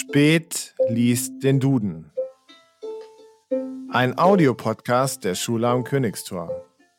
Spät liest den Duden. Ein Audiopodcast der Schule am Königstor.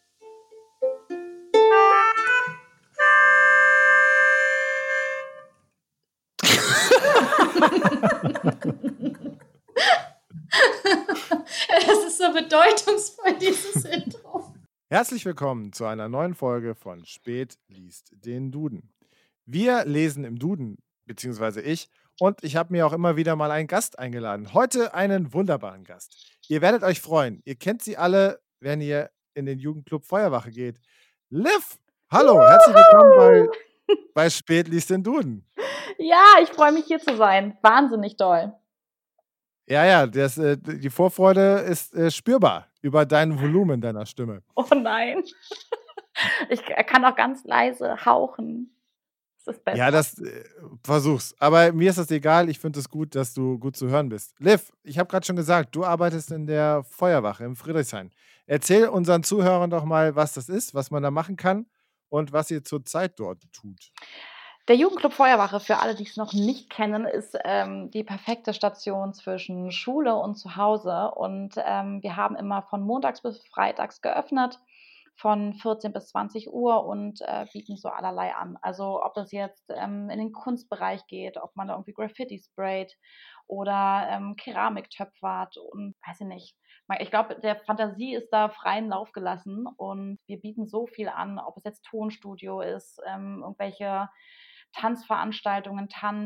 Es ist so bedeutungsvoll, dieses Intro. Herzlich willkommen zu einer neuen Folge von Spät liest den Duden. Wir lesen im Duden, beziehungsweise ich, und ich habe mir auch immer wieder mal einen Gast eingeladen. Heute einen wunderbaren Gast. Ihr werdet euch freuen. Ihr kennt sie alle, wenn ihr in den Jugendclub Feuerwache geht. Liv, hallo, herzlich willkommen bei Spät liest den Duden. Ja, ich freue mich hier zu sein. Wahnsinnig doll. Ja, die Vorfreude ist spürbar über dein Volumen deiner Stimme. Oh nein. Ich kann auch ganz leise hauchen. Das ist besser. Ja, versuch's. Aber mir ist das egal. Ich finde es gut, dass du gut zu hören bist. Liv, ich habe gerade schon gesagt, du arbeitest in der Feuerwache in Friedrichshain. Erzähl unseren Zuhörern doch mal, was das ist, was man da machen kann und was ihr zurzeit dort tut. Der Jugendclub Feuerwache, für alle, die es noch nicht kennen, ist die perfekte Station zwischen Schule und Zuhause. Und wir haben immer von montags bis freitags geöffnet, von 14 bis 20 Uhr und bieten so allerlei an. Also ob das jetzt in den Kunstbereich geht, ob man da irgendwie Graffiti sprayt oder Keramik töpfert und weiß ich nicht. Ich glaube, der Fantasie ist da freien Lauf gelassen und wir bieten so viel an, ob es jetzt Tonstudio ist, irgendwelche Tanzveranstaltungen,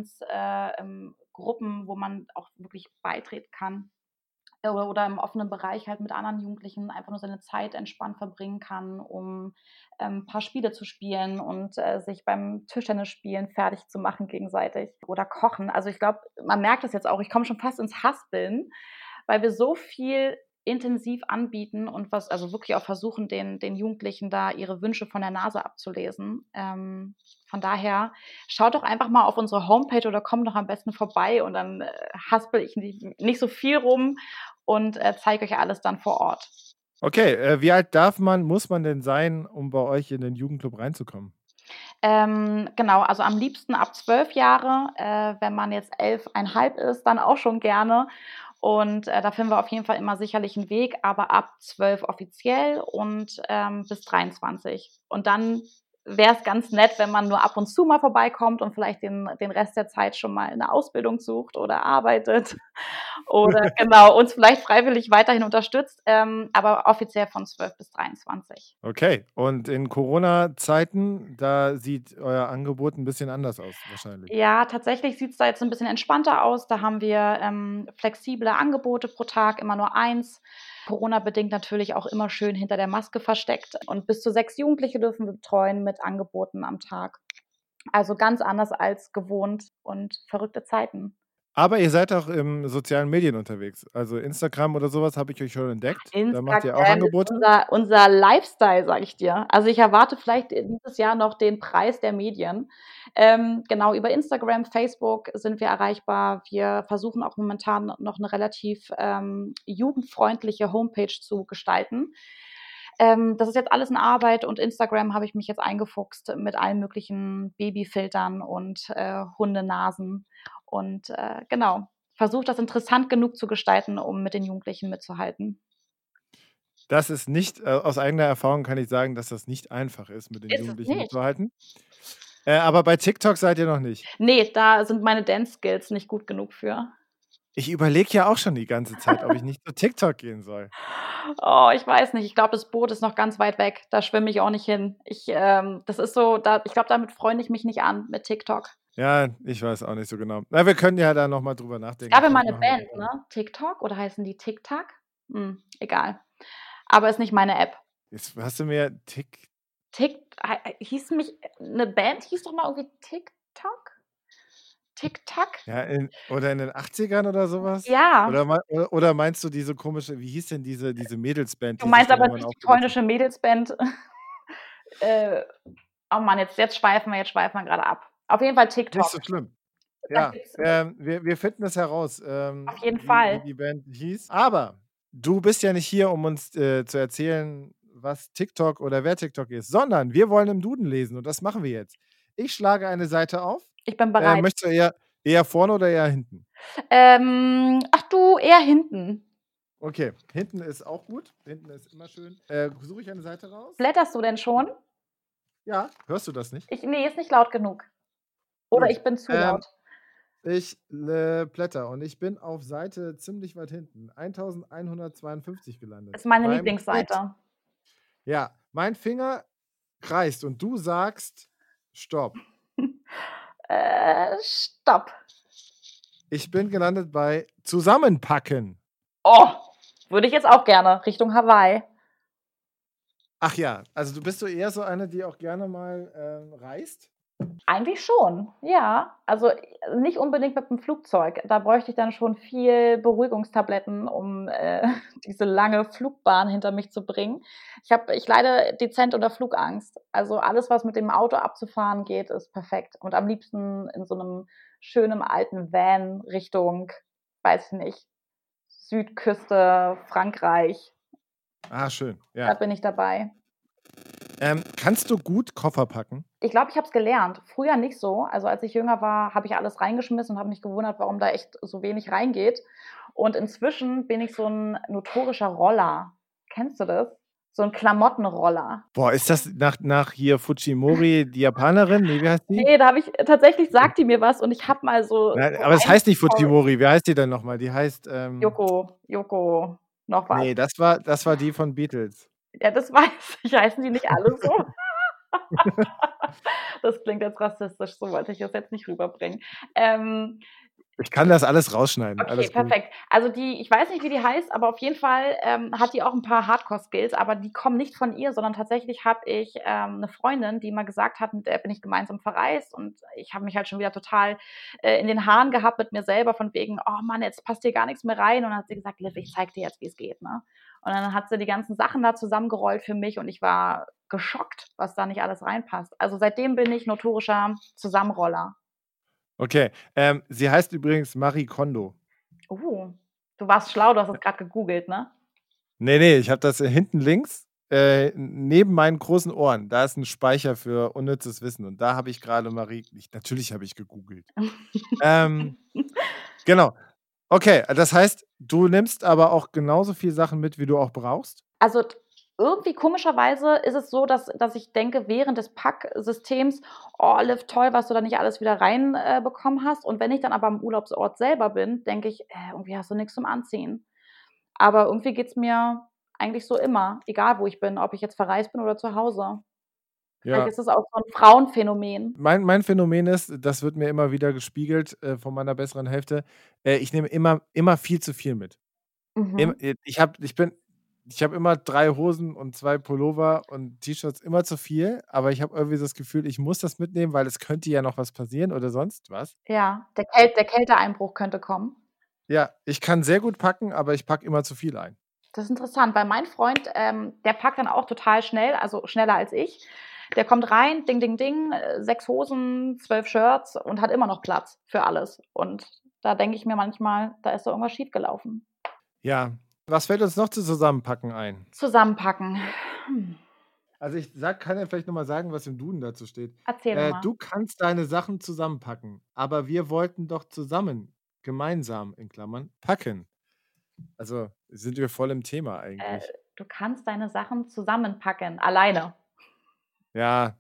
Gruppen, wo man auch wirklich beitreten kann. Oder im offenen Bereich halt mit anderen Jugendlichen einfach nur seine Zeit entspannt verbringen kann, um ein paar Spiele zu spielen und sich beim Tischtennisspielen fertig zu machen gegenseitig oder kochen. Also ich glaube, man merkt das jetzt auch, ich komme schon fast ins Haspeln, weil wir so viel intensiv anbieten und also wirklich auch versuchen, den Jugendlichen da ihre Wünsche von der Nase abzulesen. Von daher schaut doch einfach mal auf unsere Homepage oder kommt doch am besten vorbei und dann haspel ich nicht so viel rum und zeige euch alles dann vor Ort. Okay, wie alt muss man denn sein, um bei euch in den Jugendclub reinzukommen? Genau, also am liebsten ab 12 Jahre. Wenn man jetzt 11,5 ist, dann auch schon gerne. Und da finden wir auf jeden Fall immer sicherlich einen Weg, aber ab 12 offiziell und bis 23. Und dann wäre es ganz nett, wenn man nur ab und zu mal vorbeikommt und vielleicht den Rest der Zeit schon mal in der Ausbildung sucht oder arbeitet oder genau, uns vielleicht freiwillig weiterhin unterstützt, aber offiziell von 12 bis 23. Okay, und in Corona-Zeiten, da sieht euer Angebot ein bisschen anders aus wahrscheinlich. Ja, tatsächlich sieht es da jetzt ein bisschen entspannter aus. Da haben wir flexible Angebote pro Tag, immer nur eins. Corona-bedingt natürlich auch immer schön hinter der Maske versteckt. Und bis zu 6 Jugendliche dürfen wir betreuen mit Angeboten am Tag. Also ganz anders als gewohnt und verrückte Zeiten. Aber ihr seid auch im sozialen Medien unterwegs. Also Instagram oder sowas habe ich euch schon entdeckt. Da macht ihr auch Instagram ist Angebote? unser Lifestyle, sage ich dir. Also, ich erwarte vielleicht dieses Jahr noch den Preis der Medien. Genau, über Instagram, Facebook sind wir erreichbar. Wir versuchen auch momentan noch 'ne relativ jugendfreundliche Homepage zu gestalten. Das ist jetzt alles in Arbeit und Instagram habe ich mich jetzt eingefuchst mit allen möglichen Babyfiltern und Hundenasen und genau, versuche das interessant genug zu gestalten, um mit den Jugendlichen mitzuhalten. Das ist nicht aus eigener Erfahrung kann ich sagen, dass das nicht einfach ist, mit den Ist es Jugendlichen nicht? mitzuhalten. Aber bei TikTok seid ihr noch nicht. Ne, da sind meine Dance-Skills nicht gut genug für. Ich überlege ja auch schon die ganze Zeit, ob ich nicht zu TikTok gehen soll. Oh, ich weiß nicht. Ich glaube, das Boot ist noch ganz weit weg. Da schwimme ich auch nicht hin. Das ist so, ich glaube, damit freunde ich mich nicht an mit TikTok. Ja, ich weiß auch nicht so genau. Na, wir können ja da noch mal drüber Es nachdenken. gab ja mal Vielleicht 'ne machen wir Band, irgendwann. ne? TikTok oder heißen die TikTak? Egal. Aber ist nicht meine App. Jetzt hast du mir Hieß mich 'ne Band hieß doch mal irgendwie TikTok? TikTak? ja, oder in den 80ern oder sowas? Ja. Oder meinst du diese komische wie hieß denn diese Mädelsband, Du die sich meinst dann aber irgendwann nicht die aufgelöst hat? polnische Mädelsband. Äh, oh Mann, jetzt schweifen wir grade ab. Auf jeden Fall Nicht TikTok. so schlimm. Da Ja, gibt's wir finden es heraus, auf jeden wie Fall. die Band hieß. Aber du bist ja nicht hier, um uns, zu erzählen, was TikTok oder wer TikTok ist, sondern wir wollen im Duden lesen und das machen wir jetzt. Ich schlage eine Seite auf. Ich bin bereit. Möchtest du eher Eher vorne oder eher hinten? Ach du, eher hinten. Okay, hinten ist auch gut. Hinten ist immer schön. Suche ich eine Seite raus? Blätterst du denn schon? Ja. Hörst du das nicht? Nee, ist nicht laut genug. Oder Gut. ich bin zu laut. Ich blätter und ich bin auf Seite ziemlich weit hinten, 1152 gelandet. Ist meine Beim Quiz. Lieblingsseite. Ja, mein Finger kreist und du sagst Stopp. Stopp. Ich bin gelandet bei Zusammenpacken. Oh, würde ich jetzt auch gerne Richtung Hawaii. Ach ja, also bist du eher so eine, die auch gerne mal reist? Eigentlich schon, ja. Also nicht unbedingt mit dem Flugzeug. Da bräuchte ich dann schon viel Beruhigungstabletten, um diese lange Flugbahn hinter mich zu bringen. Ich leide dezent unter Flugangst. Also alles, was mit dem Auto abzufahren geht, ist perfekt. Und am liebsten in so einem schönen alten Van Richtung, weiß ich nicht, Südküste, Frankreich. Ah, schön, Da ja. bin ich dabei. Kannst du gut Koffer packen? Ich glaube, ich habe es gelernt. Früher nicht so. Also, als ich jünger war, habe ich alles reingeschmissen und habe mich gewundert, warum da echt so wenig reingeht. Und inzwischen bin ich so 'n notorischer Roller. Kennst du das? So 'n Klamottenroller. Boah, ist das nach hier Fujimori, die Japanerin? Ne, wie heißt die? Ne, da habe ich tatsächlich sagt die mir was und ich habe mal so Nein, aber es ein heißt nicht Story Fujimori. Wie heißt die denn noch mal? Die heißt, Yoko noch was. ne, das war die von Beatles. Ja, das weiß ich. Heißen die nicht alle so? Das klingt jetzt rassistisch, so wollte ich es jetzt nicht rüberbringen. Ich kann das alles rausschneiden, Okay, alles gut. perfekt. Also ich weiß nicht, wie die heißt, aber auf jeden Fall, hat die auch 'n paar Hardcore-Skills, aber die kommen nicht von ihr, sondern tatsächlich habe ich, 'ne Freundin, die mal gesagt hat, mit der bin ich gemeinsam verreist und ich habe mich halt schon wieder total, in den Haaren gehabt mit mir selber von wegen: „Oh Mann, jetzt passt hier gar nix mehr rein." Und dann hat sie gesagt: „Liv, ich zeige dir jetzt, wie's geht", ne? Und dann hat sie die ganzen Sachen da zusammengerollt für mich und ich war geschockt, was da nicht alles reinpasst. Also, seitdem bin ich notorischer Zusammenroller. Okay, sie heißt übrigens Marie Kondo. Du warst schlau, du hast das grad gegoogelt, ne? Ne, ne, ich habe das hinten links, neben meinen großen Ohren, da ist 'n Speicher für unnützes Wissen und da habe ich grade natürlich habe ich gegoogelt. Ähm, genau. Okay, das heißt, du nimmst aber auch genauso viel Sachen mit, wie du auch brauchst? Also, irgendwie komischerweise ist es so, dass ich denke während des Packsystems: „Oh, Liv, toll, was du da nicht alles wieder rein, bekommen hast." Und wenn ich dann aber am Urlaubsort selber bin, denke ich: irgendwie hast du nix zum Anziehen." Aber irgendwie geht's mir eigentlich so immer, egal wo ich bin, ob ich jetzt verreist bin oder zu Hause. Vielleicht Ja. ist es auch so 'n Frauenphänomen. Mein Phänomen ist, das wird mir immer wieder gespiegelt, von meiner besseren Hälfte, ich nehme immer viel zu viel mit. Mhm. Ich habe immer 3 Hosen und 2 Pullover und T-Shirts, immer zu viel, aber ich habe irgendwie das Gefühl, ich muss das mitnehmen, weil es könnte ja noch was passieren oder sonst was. Ja, der Kälteeinbruch könnte kommen. Ja, ich kann sehr gut packen, aber ich packe immer zu viel ein. Das ist interessant, weil mein Freund, der packt dann auch total schnell, also schneller als ich. Der kommt rein, ding, ding, ding, 6 Hosen, 12 Shirts und hat immer noch Platz für alles. Und da denke ich mir manchmal, da ist doch irgendwas schiefgelaufen. Ja, was fällt uns noch zu Zusammenpacken ein? Zusammenpacken. Hm, Also, kann ja vielleicht noch mal sagen, was im Duden dazu steht. erzähl mir mal. Du kannst deine Sachen zusammenpacken, aber wir wollten doch zusammen, gemeinsam in Klammern, packen. Also, sind wir voll im Thema Äh, eigentlich. Du kannst deine Sachen zusammenpacken, alleine. Ja,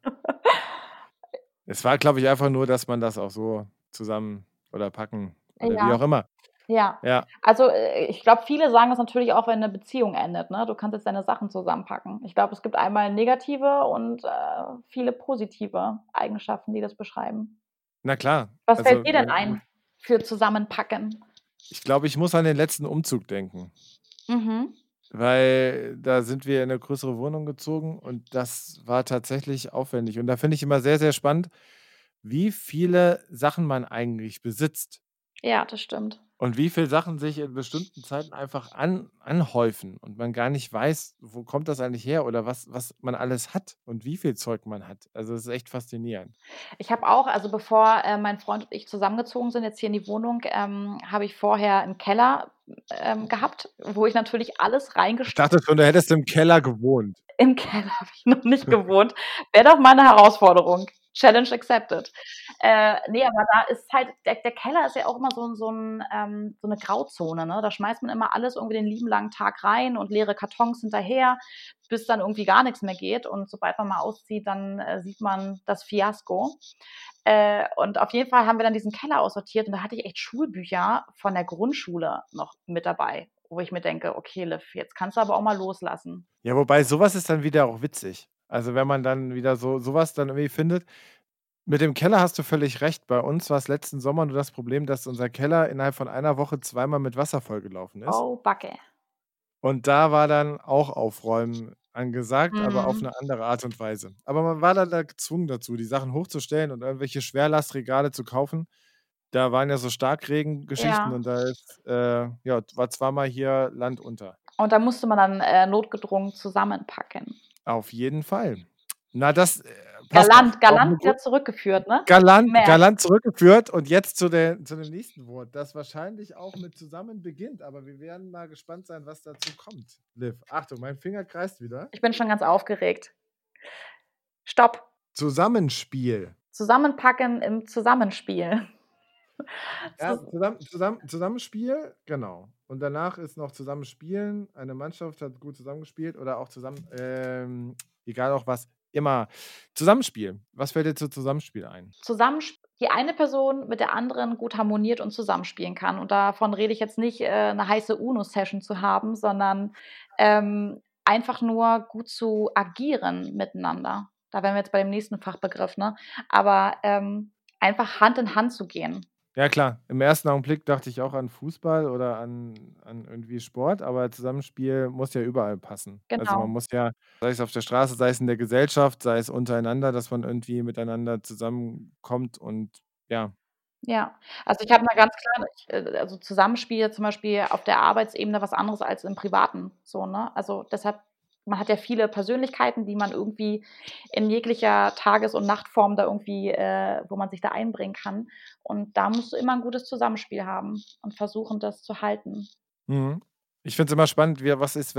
es war, glaube ich, einfach nur, dass man das auch so zusammen oder packen oder wie Ja, auch immer. ja. Ja, Also, ich glaube, viele sagen das natürlich auch, wenn 'ne Beziehung endet, ne? Du kannst jetzt deine Sachen zusammenpacken. Ich glaube, es gibt einmal negative und, viele positive Eigenschaften, die das beschreiben. na klar. Was fällt Also, dir denn ein für Zusammenpacken? ich glaube, ich muss an den letzten Umzug denken, Mhm. weil da sind wir in 'ne größere Wohnung gezogen und das war tatsächlich aufwendig. Und da finde ich immer sehr, sehr spannend, wie viele Sachen man eigentlich besitzt. Ja, das stimmt. Und wie viel Sachen sich in bestimmten Zeiten einfach anhäufen und man gar nicht weiß, wo kommt das eigentlich her oder was man alles hat und wie viel Zeug man hat. Also, es ist echt faszinierend. Ich habe auch also, bevor, mein Freund und ich zusammengezogen sind jetzt hier in die Wohnung, habe ich vorher 'n Keller, gehabt, wo ich natürlich alles Ich reingestopft. dachte schon, du hättest im Keller gewohnt. Im Keller habe ich noch nicht gewohnt. Wäre doch mal 'ne Herausforderung. Challenge accepted. Ne, aber da ist halt der Keller ist ja auch immer so 'ne Grauzone, ne? Da schmeißt man immer alles irgendwie den lieben langen Tag rein und leere Kartons hinterher, bis dann irgendwie gar nix mehr geht. Und sobald man mal auszieht, dann, sieht man das Fiasko. Und auf jeden Fall haben wir dann diesen Keller aussortiert und da hatte ich echt Schulbücher von der Grundschule noch mit dabei, wo ich mir denke: „Okay, Liv, jetzt kannst du aber auch mal loslassen.“ Ja, wobei sowas ist dann wieder auch witzig. Also, wenn man dann wieder sowas dann irgendwie findet. Mit dem Keller hast du völlig recht. Bei uns war's letzten Sommer nur das Problem, dass unser Keller innerhalb von einer Woche zweimal mit Wasser vollgelaufen ist. Oh, Backe. Und da war dann auch Aufräumen angesagt, aber auf Mhm. 'ne andere Art und Weise. Aber man war dann da gezwungen dazu, die Sachen hochzustellen und irgendwelche Schwerlastregale zu kaufen. Da waren ja so Starkregengeschichten Ja. und da ist, ja, war zweimal hier Land unter. Und da musste man dann, notgedrungen zusammenpacken. Auf jeden Fall. Na, das, pass auf, auch Galant 'ne wieder zurückgeführt, ne? Gemerkt. galant zurückgeführt und jetzt zu dem nächsten Wort, das wahrscheinlich auch mit zusammen beginnt, aber wir werden mal gespannt sein, was dazu kommt. Liv, Achtung, mein Finger kreist wieder. Ich bin schon ganz aufgeregt. Stopp. Zusammenspiel. Zusammenpacken im Zusammenspiel. Ja, Zus Zusammenspiel, genau. Und danach ist noch Zusammenspielen. Eine Mannschaft hat gut zusammengespielt oder auch zusammen egal auch was immer. Zusammenspiel. Was fällt dir zu Zusammenspiel ein? Zusammensp Die eine Person mit der anderen gut harmoniert und zusammenspielen kann. Und davon rede ich jetzt nicht, 'ne heiße UNO-Session zu haben, sondern, einfach nur gut zu agieren miteinander. Da wären wir jetzt bei dem nächsten Fachbegriff, ne? Aber, einfach Hand in Hand zu gehen. Ja klar, im ersten Augenblick dachte ich auch an Fußball oder an irgendwie Sport, aber Zusammenspiel muss ja überall passen. Also, man Genau. muss ja, sei es auf der Straße, sei es in der Gesellschaft, sei es untereinander, dass man irgendwie miteinander zusammenkommt und ja. Ja. Also, ich habe 'ne ganz klare also, Zusammenspiel zum Beispiel auf der Arbeitsebene was anderes als im Privaten so, ne? Also, deshalb man hat ja viele Persönlichkeiten, die man irgendwie in jeglicher Tages und Nachtform da irgendwie wo man sich da einbringen kann. Und da musst du immer 'n gutes Zusammenspiel haben und versuchen, das zu halten. Mhm. Ich finde es immer spannend, wie was ist,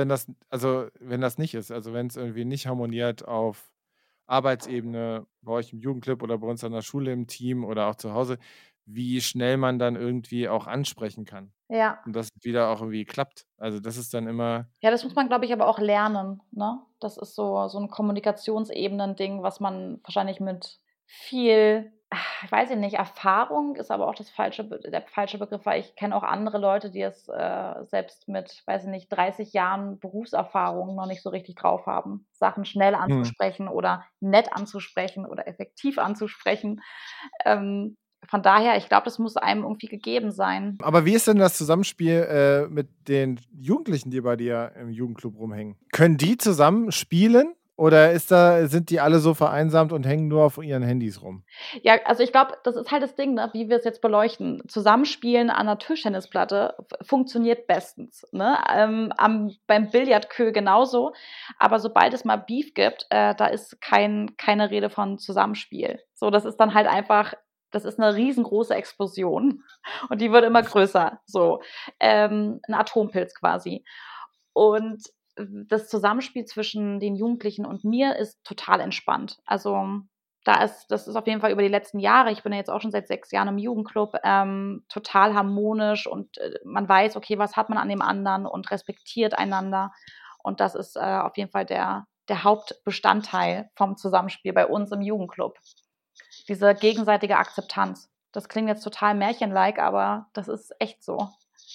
wenn das nicht ist. Also, wenn es irgendwie nicht harmoniert auf Arbeitsebene, bei euch im Jugendclub oder bei uns an der Schule im Team oder auch zu Hause, wie schnell man dann irgendwie auch ansprechen kann Ja. und dass es wieder auch irgendwie klappt. Also, das ist dann immer Ja, das muss man, glaube ich, aber auch lernen, ne? Das ist so 'n Kommunikationsebenen-Ding, was man wahrscheinlich mit viel, weiß ich nicht, Erfahrung ist aber auch der falsche Begriff, weil ich kenne auch andere Leute, die es, selbst mit, weiß ich nicht, 30 Jahren Berufserfahrung noch nicht so richtig drauf haben, Sachen schnell mhm. anzusprechen oder nett anzusprechen oder effektiv anzusprechen. Ähm, von daher, ich glaube, das muss einem irgendwie gegeben sein. Aber wie ist denn das Zusammenspiel, mit den Jugendlichen, die bei dir im Jugendclub rumhängen? Können die zusammen spielen oder sind die alle so vereinsamt und hängen nur auf ihren Handys rum? Ja, also ich glaube, das ist halt das Ding, ne, wie wir es jetzt beleuchten. Zusammenspielen an 'ner Tischtennisplatte funktioniert bestens, ne? Beim Billardqueue genauso. Aber sobald es mal Beef gibt, da ist keine Rede von Zusammenspiel. So, das ist dann halt einfach das ist 'ne riesengroße Explosion und die wird immer größer, so. 'N Atompilz quasi. Und das Zusammenspiel zwischen den Jugendlichen und mir ist total entspannt. Also das ist auf jeden Fall über die letzten Jahre, ich bin ja jetzt auch schon seit 6 Jahren im Jugendclub, total harmonisch und, man weiß, okay, was hat man an dem anderen und respektiert einander. Und das ist, auf jeden Fall der Hauptbestandteil vom Zusammenspiel bei uns im Jugendclub. Diese gegenseitige Akzeptanz. Das klingt jetzt total märchenlike, aber das ist echt so,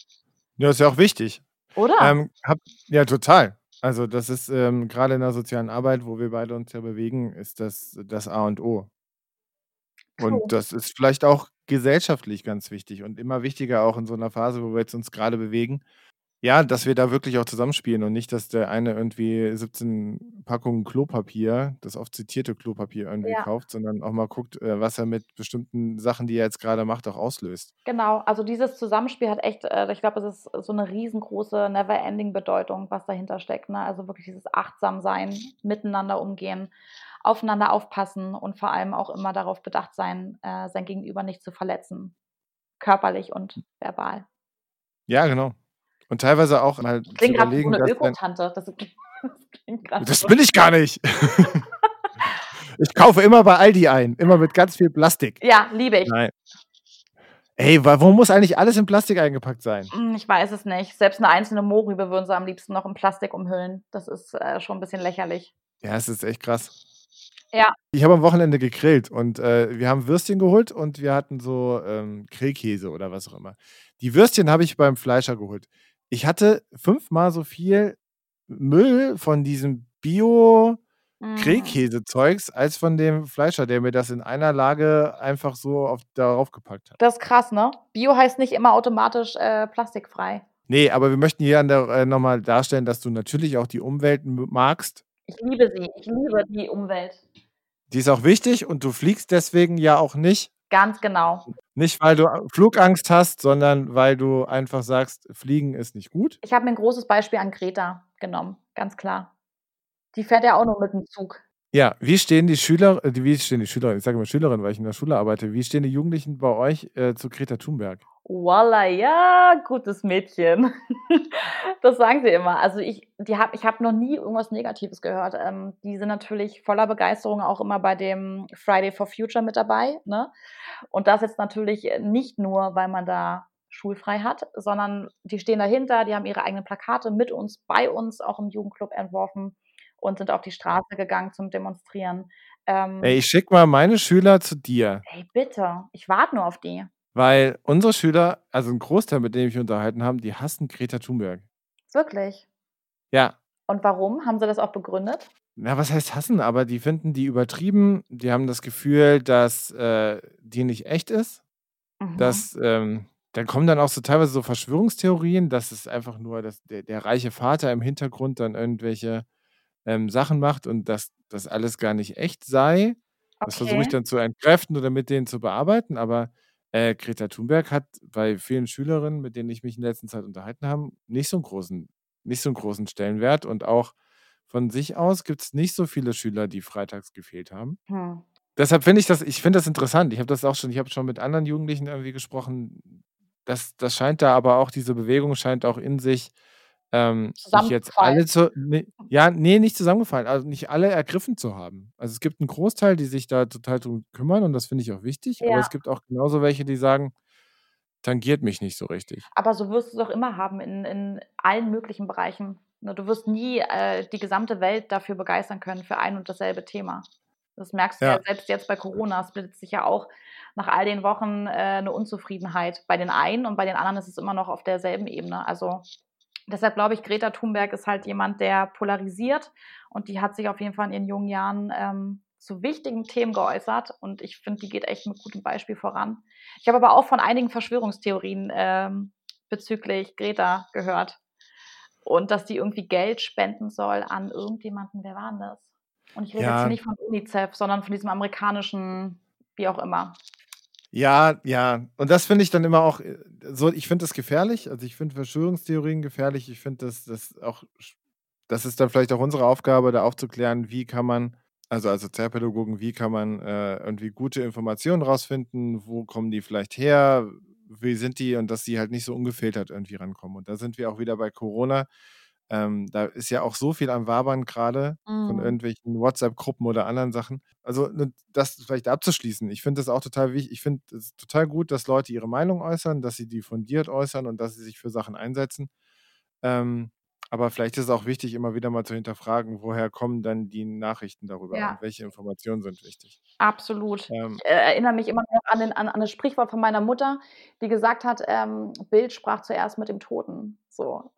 Ja, ist ja auch wichtig. oder? Habe ja, total. Also, das ist, grade in der sozialen Arbeit, wo wir beide uns ja bewegen, ist das A und O. Und True. das ist vielleicht auch gesellschaftlich ganz wichtig und immer wichtiger auch in so 'ner Phase, wo wir jetzt uns grade bewegen. Ja, dass wir da wirklich auch zusammenspielen und nicht, dass der eine irgendwie 17 Packungen Klopapier, das oft zitierte Klopapier irgendwie Ja. kauft, sondern auch mal guckt, was er mit bestimmten Sachen, die er jetzt grade macht, auch auslöst. Genau, also dieses Zusammenspiel hat echt ich glaube, es ist so 'ne riesengroße Never-Ending-Bedeutung, was dahinter steckt, ne? Also wirklich dieses Achtsam-Sein, miteinander umgehen, aufeinander aufpassen und vor allem auch immer darauf bedacht sein, sein Gegenüber nicht zu verletzen, körperlich und verbal. Ja, genau. Und teilweise auch mal Ich zu klinge grad wie so überlegen, 'ne dass dein Ökotante. Das klingt grad das so. bin ich gar nicht. Ich kaufe immer bei Aldi ein, immer mit ganz viel Plastik. Ja, liebe ich. Nein. Ey, warum muss eigentlich alles in Plastik eingepackt sein? Ich weiß es nicht. Selbst eine einzelne Mohrrübe würden sie am liebsten noch in Plastik umhüllen. Das ist schon ein bisschen lächerlich. Ja, es ist echt krass. Ja. Ich habe am Wochenende gegrillt und wir haben Würstchen geholt und wir hatten so Grillkäse oder was auch immer. Die Würstchen habe ich beim Fleischer geholt. Ich hatte 5-mal so viel Müll von diesem Mhm. Bio-Grillkäse-Zeugs als von dem Fleischer, der mir das in einer Lage einfach so darauf gepackt hat. Das ist krass, ne? Bio heißt nicht immer automatisch plastikfrei. Nee, aber wir möchten hier nochmal darstellen, dass du natürlich auch die Umwelt magst. Ich liebe sie. Ich liebe die Umwelt. Die ist auch wichtig und du fliegst deswegen ja auch nicht. Ganz genau. Nicht, weil du Flugangst hast, sondern weil du einfach sagst, Fliegen ist nicht gut. Ich habe mir 'n großes Beispiel an Greta genommen, ganz klar. Die fährt ja auch nur mit 'm Zug. Ja, wie stehen die Schülerinnen, ich sage immer Schülerinnen, weil ich in der Schule arbeite, wie stehen die Jugendlichen bei euch zu Greta Thunberg? Voila, ja, gutes Mädchen. Das sagen sie immer. Also, ich habe noch nie irgendwas Negatives gehört. Die sind natürlich voller Begeisterung auch immer bei dem Friday for Future mit dabei, ne? Und das jetzt natürlich nicht nur, weil man da schulfrei hat, sondern die stehen dahinter, die haben ihre eigenen Plakate mit uns, bei uns auch im Jugendclub entworfen und sind auf die Straße gegangen zum Demonstrieren. Ey, ich schicke mal meine Schüler zu dir, Ey, bitte, ich warte nur auf die. weil unsere Schüler, also ein Großteil, mit dem ich mich unterhalten habe, die hassen Greta Thunberg. Wirklich. Ja, Und warum? Haben sie das auch begründet? na, was heißt hassen? Aber die finden die übertrieben. Die haben das Gefühl, dass die nicht echt ist. Mhm. Dass, dann kommen dann auch so teilweise so Verschwörungstheorien, dass es einfach nur der reiche Vater im Hintergrund dann irgendwelche Sachen macht und dass das alles gar nicht echt sei. Das versuche ich Okay. dann zu entkräften oder mit denen zu bearbeiten, aber Greta Thunberg hat bei vielen Schülerinnen, mit denen ich mich in letzter Zeit unterhalten habe, nicht so 'n großen Stellenwert und auch von sich aus gibt's nicht so viele Schüler, die freitags gefehlt haben. Hm. Deshalb ich finde das interessant. Ich habe schon mit anderen Jugendlichen irgendwie gesprochen. Das scheint da aber auch diese Bewegung scheint auch in sich, nicht jetzt Zusammengefallen. alle zu ne, ja, ne, nicht zusammengefallen, also nicht alle ergriffen zu haben. Also, es gibt 'n Großteil, die sich da total drum kümmern und das finde ich auch wichtig, aber Ja, es gibt auch genauso welche, die sagen: „Tangiert mich nicht so richtig.“ aber so wirst du's auch immer haben in allen möglichen Bereichen, ne? Du wirst nie die gesamte Welt dafür begeistern können für ein und dasselbe Thema. Das merkst du ja Ja, selbst jetzt bei Corona. Es bildet sich ja auch nach all den Wochen 'ne Unzufriedenheit bei den einen und bei den anderen ist es immer noch auf derselben Ebene. Also, deshalb glaube ich, Greta Thunberg ist halt jemand, der polarisiert und die hat sich auf jeden Fall in ihren jungen Jahren zu wichtigen Themen geäußert und ich finde, die geht echt mit gutem Beispiel voran. Ich habe aber auch von einigen Verschwörungstheorien bezüglich Greta gehört und dass die irgendwie Geld spenden soll an irgendjemanden. Wer war 'n das? Und ich rede jetzt hier ja, nicht von UNICEF, sondern von diesem amerikanischen wie auch immer. ja, ja. Und das finde ich dann immer auch, so ich finde das gefährlich. Also, ich finde Verschwörungstheorien gefährlich. Ich finde das auch das ist dann vielleicht auch unsere Aufgabe, da aufzuklären, wie kann man als Sozialpädagogen, wie kann man, irgendwie gute Informationen rausfinden, wo kommen die vielleicht her, wie sind die und dass die halt nicht so ungefiltert irgendwie rankommen. Und da sind wir auch wieder bei Corona. Da ist ja auch so viel am Wabern gerade von Mhm. irgendwelchen WhatsApp-Gruppen oder anderen Sachen. Also, das vielleicht abzuschließen. Ich finde das auch total wichtig. Ich finde es total gut, dass Leute ihre Meinung äußern, dass sie die fundiert äußern und dass sie sich für Sachen einsetzen. Ähm, aber vielleicht ist es auch wichtig, immer wieder mal zu hinterfragen, woher kommen dann die Nachrichten darüber und Ja. welche Informationen sind wichtig. Absolut. Ähm, Ich erinnere mich immer noch an das Sprichwort von meiner Mutter, die gesagt hat, „Bild sprach zuerst mit dem Toten." So,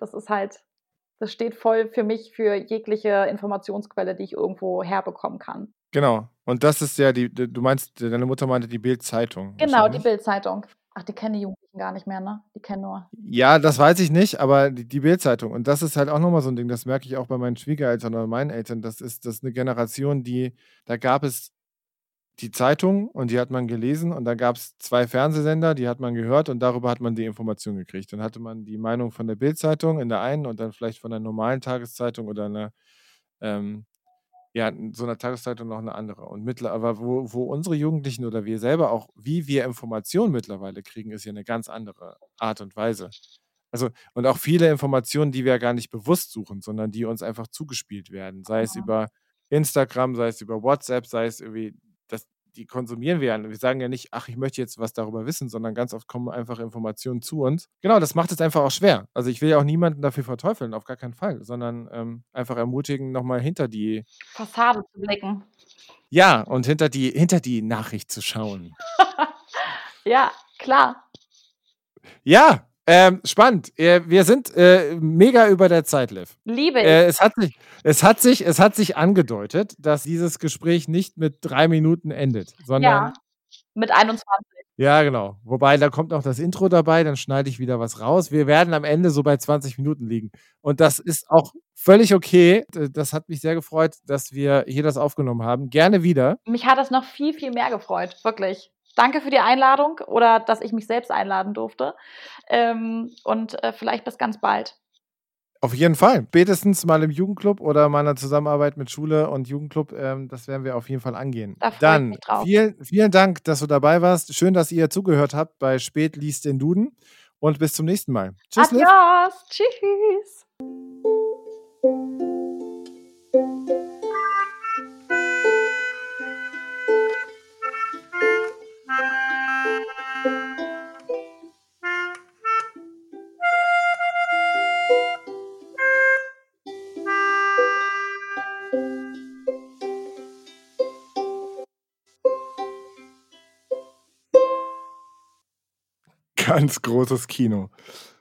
das steht voll für mich für jegliche Informationsquelle, die ich irgendwo herbekommen kann. genau. Und das ist ja du meinst, deine Mutter meinte die Bild-Zeitung Genau, die wahrscheinlich? Bild-Zeitung. Ach, die kennen die Jugendlichen gar nicht mehr, ne? Die kennen nur Ja, das weiß ich nicht, aber die Bild-Zeitung. Und das ist halt auch noch mal so 'n Ding, das merke ich auch bei meinen Schwiegereltern oder meinen Eltern. Das ist 'ne Generation, da gab es die Zeitung und die hat man gelesen und dann gab's 2 Fernsehsender, die hat man gehört und darüber hat man die Information gekriegt. Dann hatte man die Meinung von der Bild-Zeitung in der einen und dann vielleicht von der normalen Tageszeitung oder 'ner, ähm ja, in so 'ner Tageszeitung noch 'ne andere. Und aber wo unsere Jugendlichen oder wir selber auch wie wir Informationen mittlerweile kriegen, ist ja 'ne ganz andere Art und Weise. Also und auch viele Informationen, die wir ja gar nicht bewusst suchen, sondern die uns einfach zugespielt werden, sei es über Instagram, sei es über WhatsApp, sei es irgendwie, die konsumieren wir ja. Wir sagen ja nicht: „Ach, ich möchte jetzt was darüber wissen“, sondern ganz oft kommen einfach Informationen zu uns. Genau, das macht es einfach auch schwer. Also, ich will ja auch niemanden dafür verteufeln, auf gar keinen Fall, sondern, einfach ermutigen, noch mal hinter die Fassade zu blicken. ja, und hinter die Nachricht zu schauen. Ja, klar. Ja, spannend. Wir sind, mega über der Zeit, Liv. Liebe ich. Es hat sich angedeutet, dass dieses Gespräch nicht mit 3 Minuten endet, Ja, sondern mit 21. ja, genau. Wobei, da kommt noch das Intro dabei, dann schneide ich wieder was raus. Wir werden am Ende so bei 20 Minuten liegen. Und das ist auch völlig okay. Das hat mich sehr gefreut, dass wir hier das aufgenommen haben. Gerne wieder. Mich hat das noch viel, viel mehr gefreut, wirklich. Danke für die Einladung oder dass ich mich selbst einladen durfte. Vielleicht bis ganz bald. Auf jeden Fall. Spätestens mal im Jugendclub oder meiner Zusammenarbeit mit Schule und Jugendclub, das werden wir auf jeden Fall angehen. Da freue ich Dann mich drauf. vielen, vielen Dank, dass du dabei warst. Schön, dass ihr zugehört habt bei Spät liest den Duden und bis zum nächsten Mal. Tschüss, Liv. Adios. Tschüss. Ganz großes Kino.